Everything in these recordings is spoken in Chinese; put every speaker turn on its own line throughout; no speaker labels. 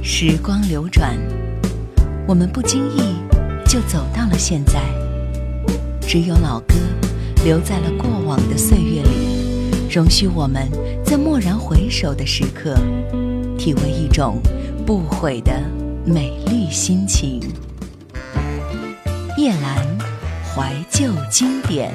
时光流转，我们不经意就走到了现在。只有老歌留在了过往的岁月里，容许我们在蓦然回首的时刻，体味一种不悔的美丽心情。夜阑怀旧经典。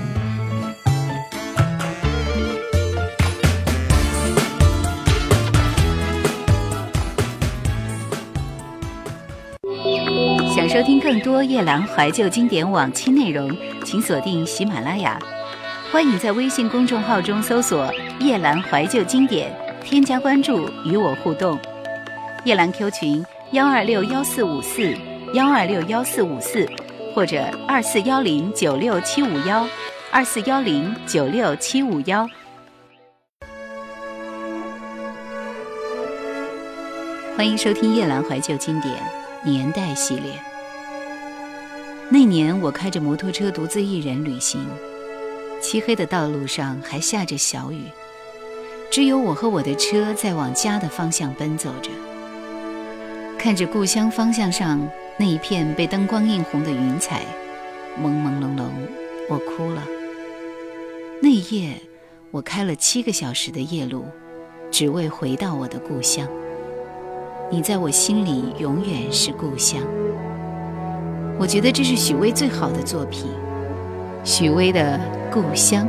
想收听更多夜阑怀旧经典往期内容，请锁定喜马拉雅。欢迎在微信公众号中搜索夜阑怀旧经典，添加关注与我互动。夜阑 Q 群1261454，1261454，或者24109671，24109671。欢迎收听夜阑怀旧经典年代系列。那年我开着摩托车独自一人旅行，漆黑的道路上还下着小雨，只有我和我的车在往家的方向奔走着。看着故乡方向上那一片被灯光映红的云彩，朦朦胧胧，我哭了。那一夜我开了7个小时的夜路，只为回到我的故乡。你在我心里永远是故乡。我觉得这是许巍最好的作品，许巍的《故乡》。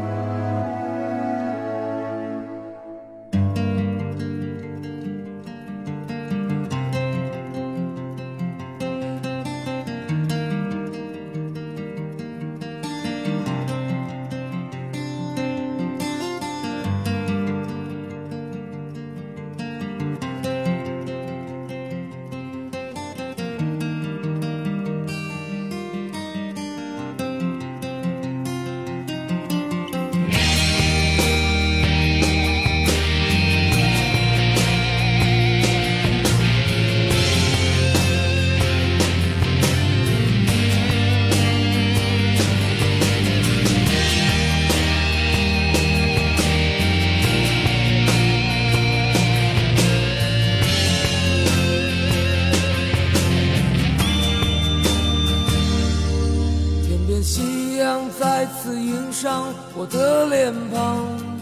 再次映上我的脸庞，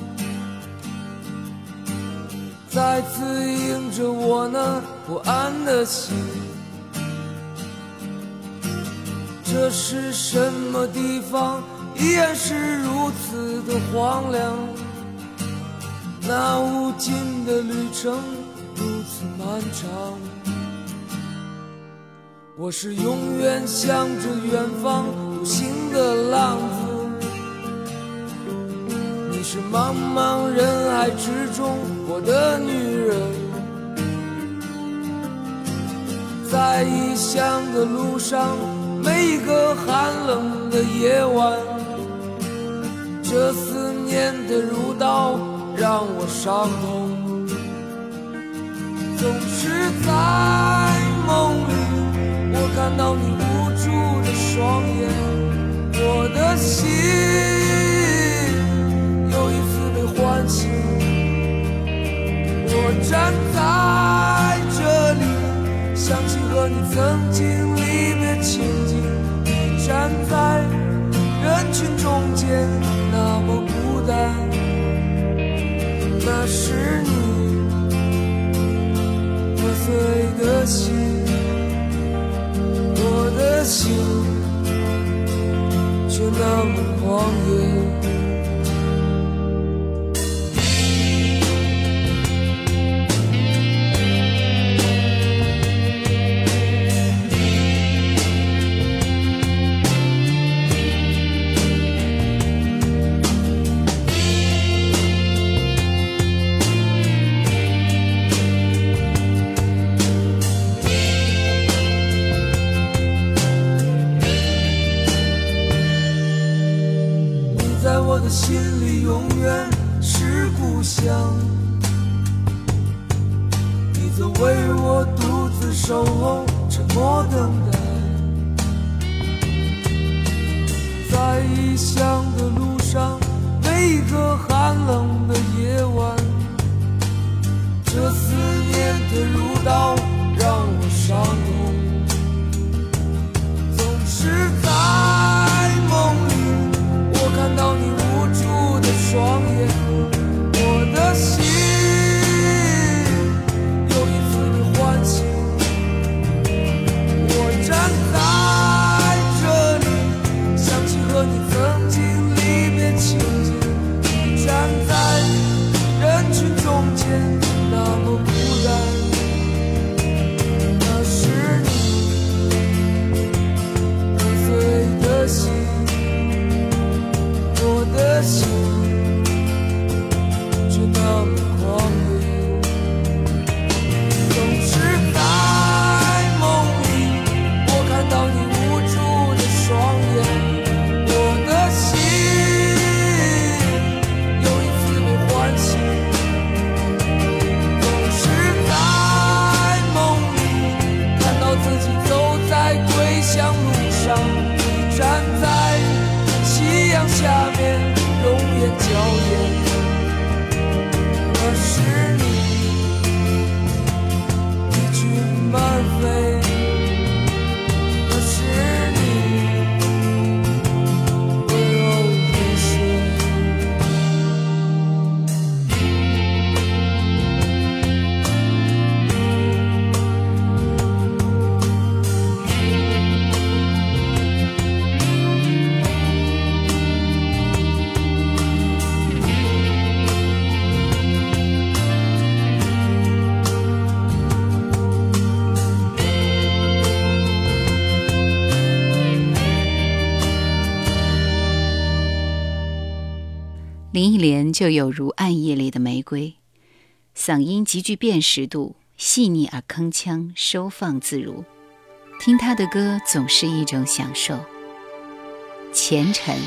再次映着我那不安的心。这是什么地方，依然是如此的荒凉，那无尽的旅程如此漫长。我是永远向着远方独行的浪子，你是茫茫人海之中我的女人。在异乡的路上，每一个寒冷的夜晚，这思念的如刀让我伤痛。总是在梦里我看到你无助的双眼，我的心又一次被唤醒。我站在这里，想起和你曾经离别情景，你站在人群中间那么孤单，那是你破碎的心，我的心却那么狂野。在我的心里永远是故乡，你曾为我独自守候，沉默等待。在异乡的路上，每一个寒冷的夜晚，这思念的如刀让我
林忆莲就有如暗夜里的玫瑰，嗓音极具辨识度，细腻而铿锵，收放自如。听她的歌总是一种享受。前尘。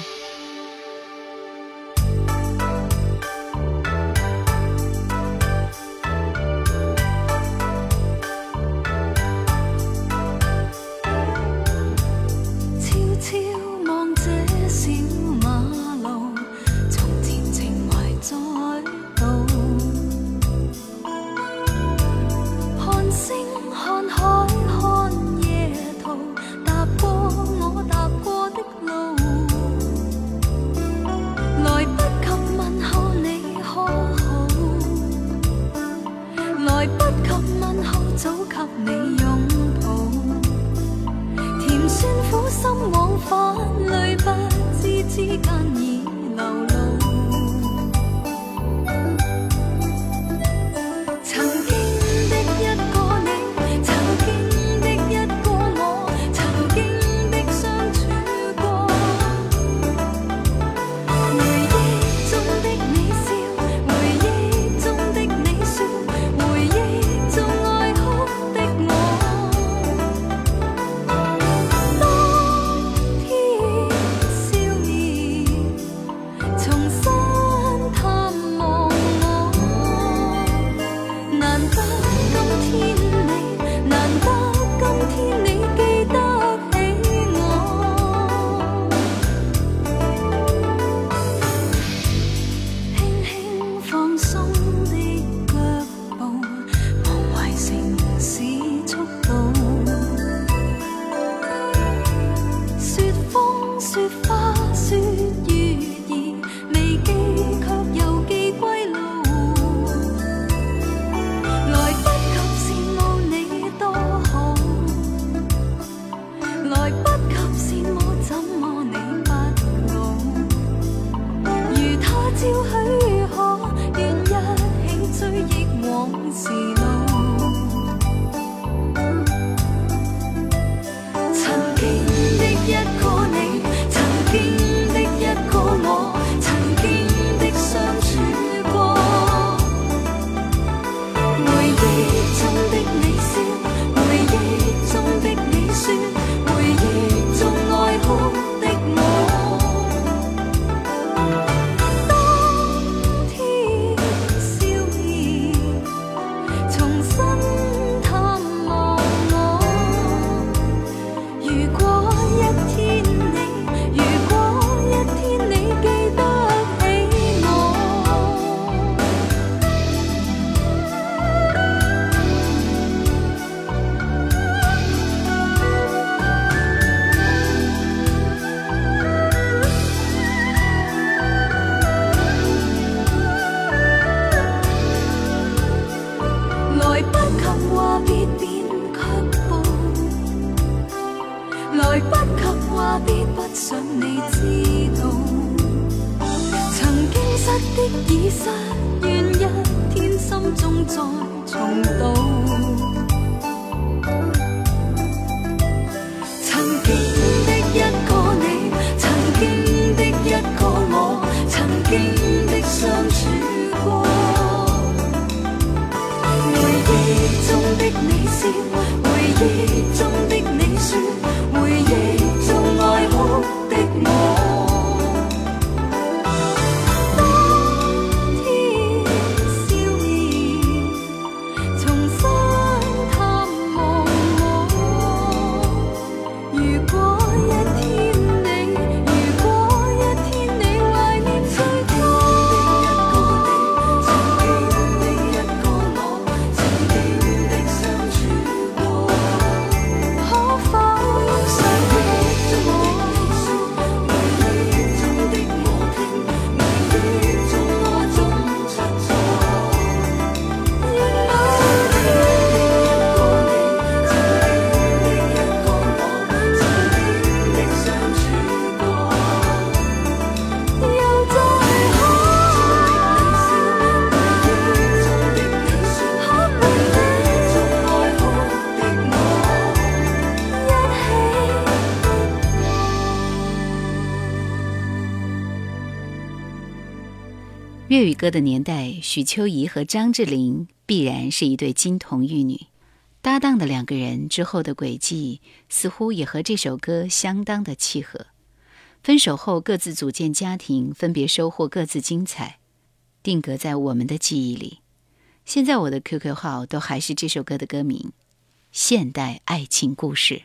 來不及話別不想你知道，曾經失的已失，願一天心中再重蹈。曾經的一個你，曾經的一個我，曾經的相處過，回憶中的你笑，回憶中的你說，回憶中愛哭的我。
粤语歌的年代，许秋怡和张智霖必然是一对金童玉女，搭档的两个人之后的轨迹似乎也和这首歌相当的契合。分手后各自组建家庭，分别收获各自精彩，定格在我们的记忆里。现在我的 QQ 号都还是这首歌的歌名，现代爱情故事。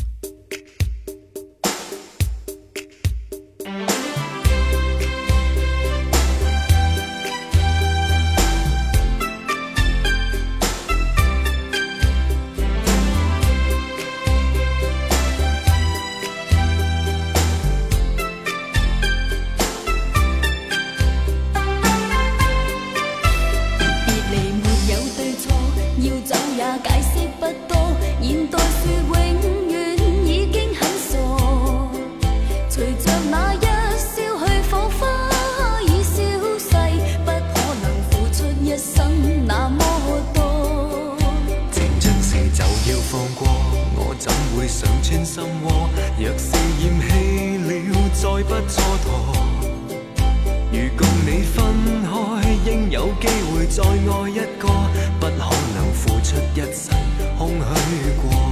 常穿心窝，若是厭棄了，再不蹉跎。如共你分開，應有機會再愛一個，不可能付出一生空虛過。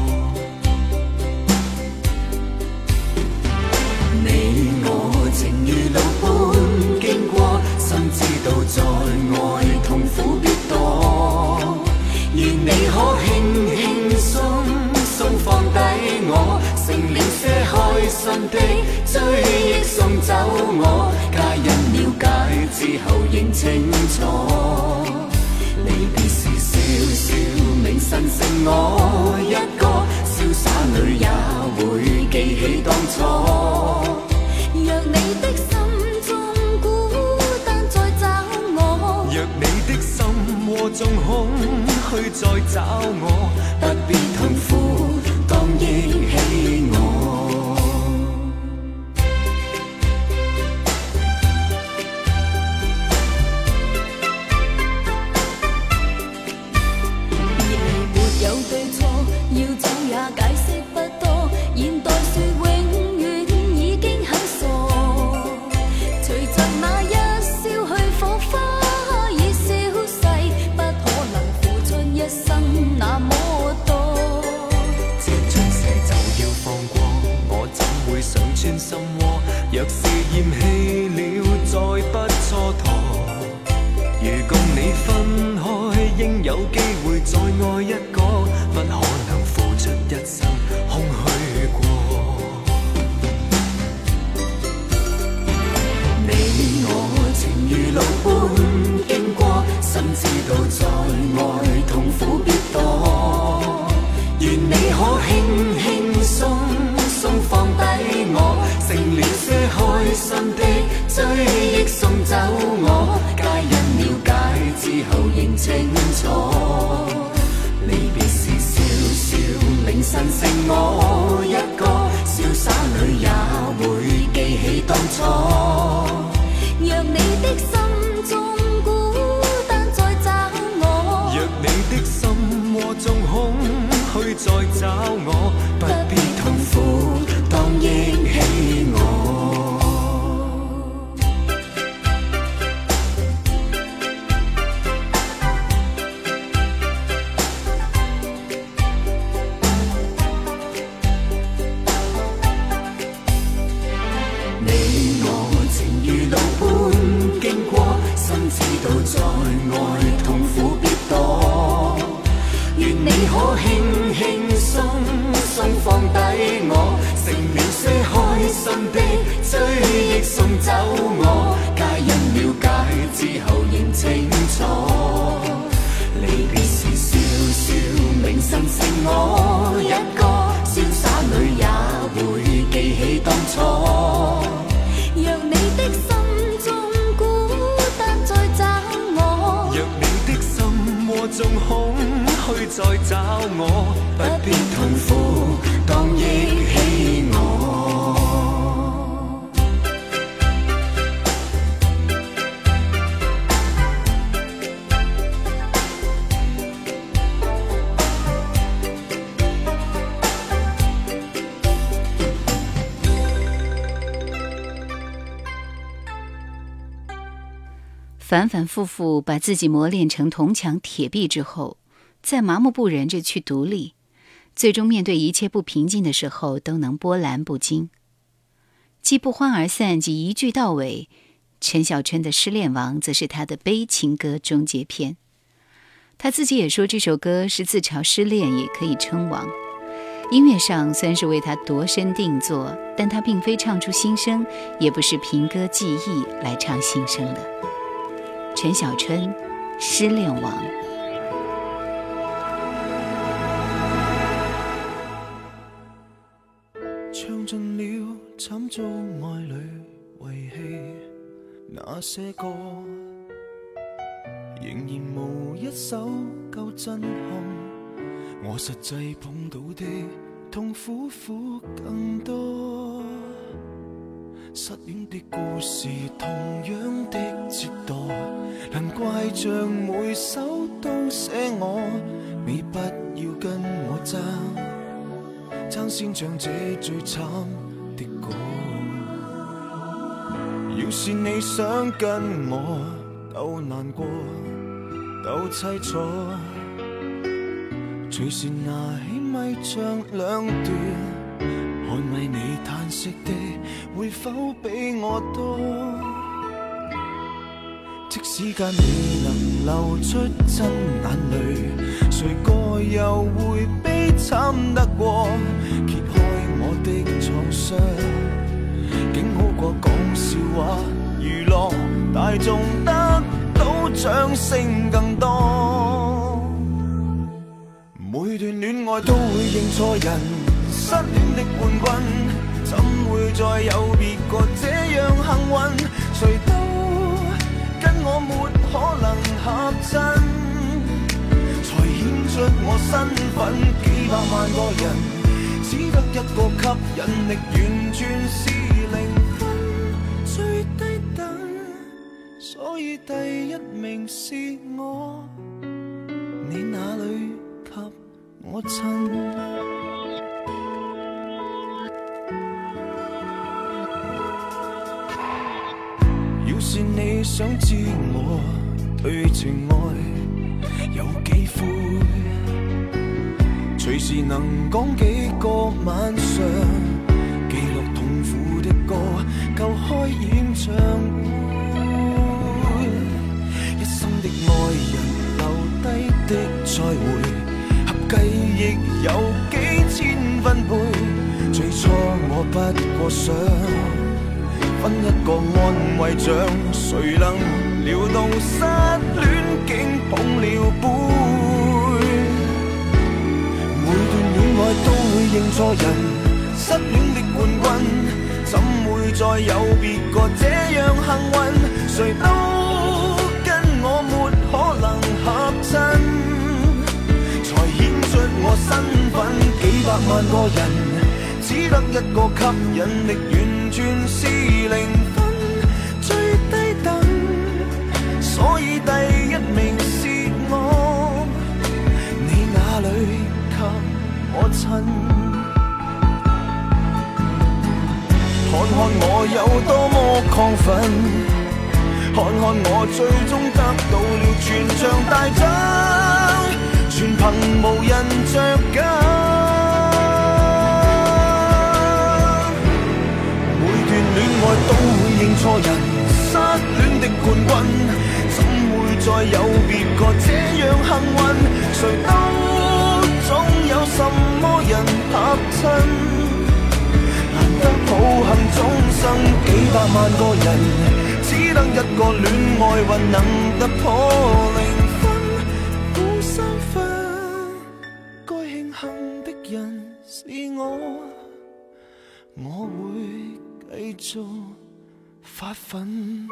你我情如路般經過，心知道在愛痛苦必多，願你可輕輕鬆放低我，成了些開心的追憶送走我，皆因了解之後認清楚，離別時笑笑銘神剩我一個，瀟灑裏也會記起當初。若你的心中孤單再找我，若你的心窩中空虛再找我，不必痛苦，當憶起我。別離沒有對錯，要走也解釋不多，現代說永遠已經很傻，隨着那一燒去火花已消逝，不可能付出一生那麼多。這像蛇就要放過，我怎會想穿心窩？若是厭棄了，再不蹉跎。如共你分開，應有機會再愛一個，不可能付出一生空虛過。你我情如路般經過，心知道在愛痛苦必多，願你可輕輕鬆放低我，成了些開心的追憶送走我，皆因了解之後認清楚，離別時笑笑銘神剩我一個，瀟灑裏也會記起當初。若你的心中孤單再找我，若你的心窩中空虛再找我，不必痛苦，當憶起我。你我情如路般經過，心知道在愛痛苦必多，願你可輕輕鬆放低我，成了些開心的追憶送走我，皆因了解之後認清楚，離別時笑笑銘神剩我一個，瀟灑裏也會記起當初。若你的心中孤單再找我，若你的心窩中空虛再找我，不必痛苦，當憶起我。
反反复复把自己磨练成铜墙铁壁之后，再麻木不仁着去独立，最终面对一切不平静的时候都能波澜不惊。既不欢而散，即一句到尾。陈小春的《失恋王》则是他的悲情歌终结篇。他自己也说这首歌是自嘲失恋也可以称王。音乐上虽然是为他度身定做，但他并非唱出心声，也不是凭歌寄意来唱心声的。陈小春，《失恋王》。
唱尽了惨遭爱侣遗弃那些歌，仍然無一首夠震撼我實際碰到的痛苦更多。失戀的故事同樣的折墮，難怪像每首都寫我，你不要跟我爭先唱這最慘的歌。要是你想跟我鬥難過鬥凄楚，隨時拿起咪唱兩段，看為你嘆息的會否比我多？即使間未能流出真眼淚，誰個又會悲慘得過？揭開我的創傷，竟好過講笑話娛樂大眾，得到掌聲更多。每段戀愛都會認錯人，失戀的冠軍怎會再有別個這樣幸運？誰都跟我沒可能合襯，才顯出我身份。幾百萬個人只得一個吸引力，完全是0分，最低等，所以第一名是我，你哪裏給我襯？要是你想知我對情愛有幾灰，隨時能講幾個晚上，記錄痛苦的歌，夠開演唱會。一生的愛人留低的再會，合計亦有幾千分貝。最初我不過想分一個安慰獎，誰能料到失戀竟捧了杯。每段戀愛都會認錯人，失戀的冠軍怎會再有別個這樣幸運？誰都跟我沒可能合襯，才顯出我身份。幾百萬個人只得一個吸引力，完全是0分，最低等，所以第一名是我，你哪裏給我襯？看看我有多麼亢奮，看看我最終得到了全場大獎，全憑無人着緊。戀愛都會認錯人，失戀的冠軍怎會再有別個這樣幸運？誰都總有什麼人合襯，難得好幸終生。幾百萬個人只得一個戀愛運能突破0分，負3分。該慶幸的人是我會繼續發奮。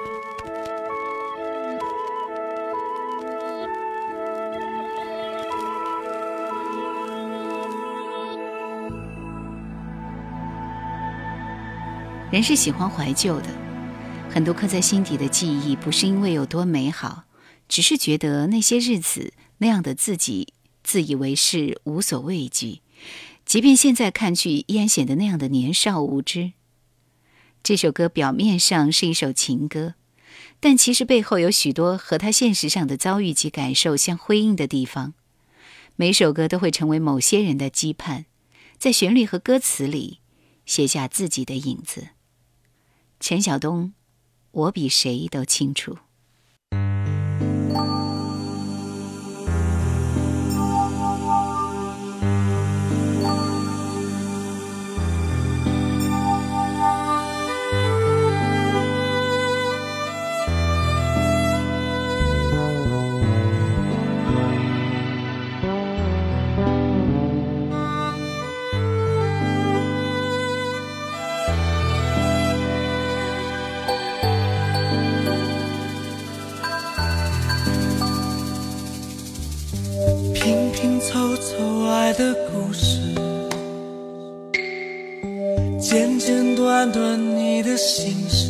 人是喜欢怀旧的，很多刻在心底的记忆，不是因为有多美好，只是觉得那些日子那样的自己自以为是，无所畏惧，即便现在看去依然显得那样的年少无知。这首歌表面上是一首情歌， 但其实背后有许多和他现实上的遭遇及感受相辉映的地方。每首歌都会成为某些人的羁绊，在旋律和歌词里写下自己的影子。陈晓东，我比谁都清楚。
的故事，简简短短你的心事，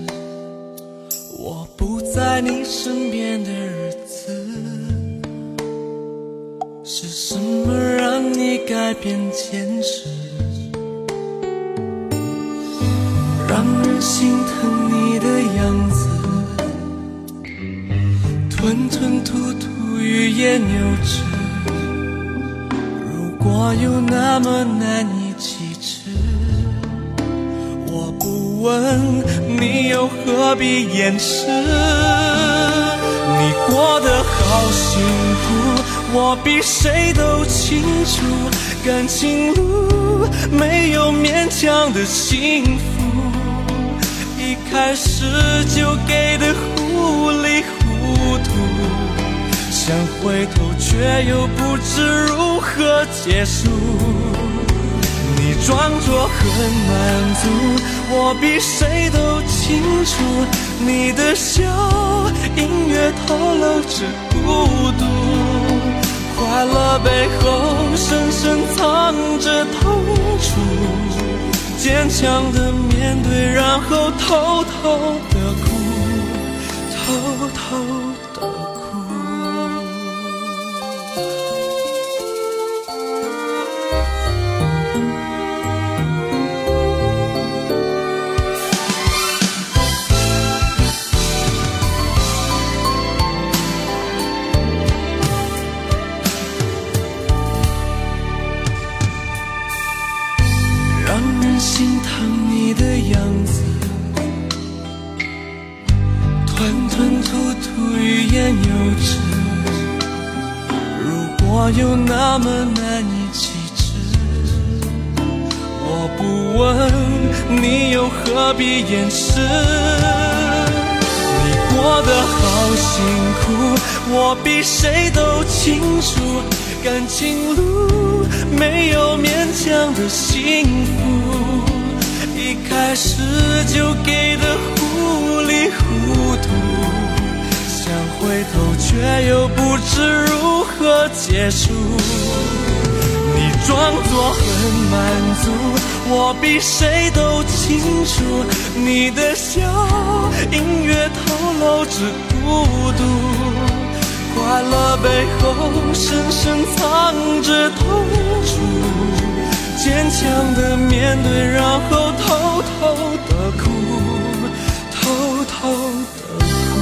我不在你身边的日子，是什么让你改变坚持，让人心疼你的样子，吞吞吐吐欲言又止，如果有那么难以启齿，我不问你又何必掩饰，你过得好辛苦，我比谁都清楚，感情路没有勉强的幸福，一开始就给的糊里糊涂，想回头却又不知如何结束，你装作很满足，我比谁都清楚，你的笑隐约透露着孤独，快乐背后深深藏着痛楚，坚强的面对，然后偷偷的哭，偷偷的哭。心疼你的样子，吞吞吐吐欲言又止，如果有那么难以启齿，我不问你又何必掩饰，你过得好辛苦，我比谁都清楚，感情路没有勉强的幸福，一开始就给的糊里糊涂，想回头却又不知如何结束，你装作很满足，我比谁都清楚，你的笑隐约透露着孤独，快乐背后深深藏着痛楚，坚强的面对，然后偷偷的哭，偷偷的哭。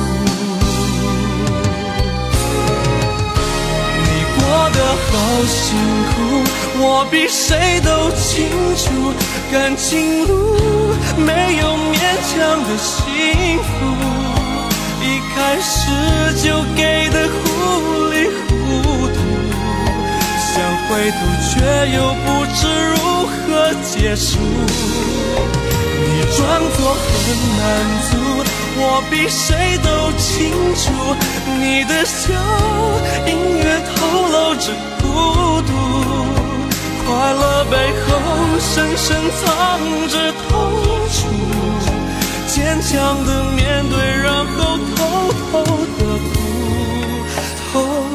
你过得好辛苦，我比谁都清楚，感情路没有勉强的幸福，一开始就给的糊里糊涂，想回头却又不知如何结束，你装作很满足，我比谁都清楚，你的笑隐约透露着孤独，快乐背后深深藏着痛楚，坚强的面对，然后偷偷的哭，偷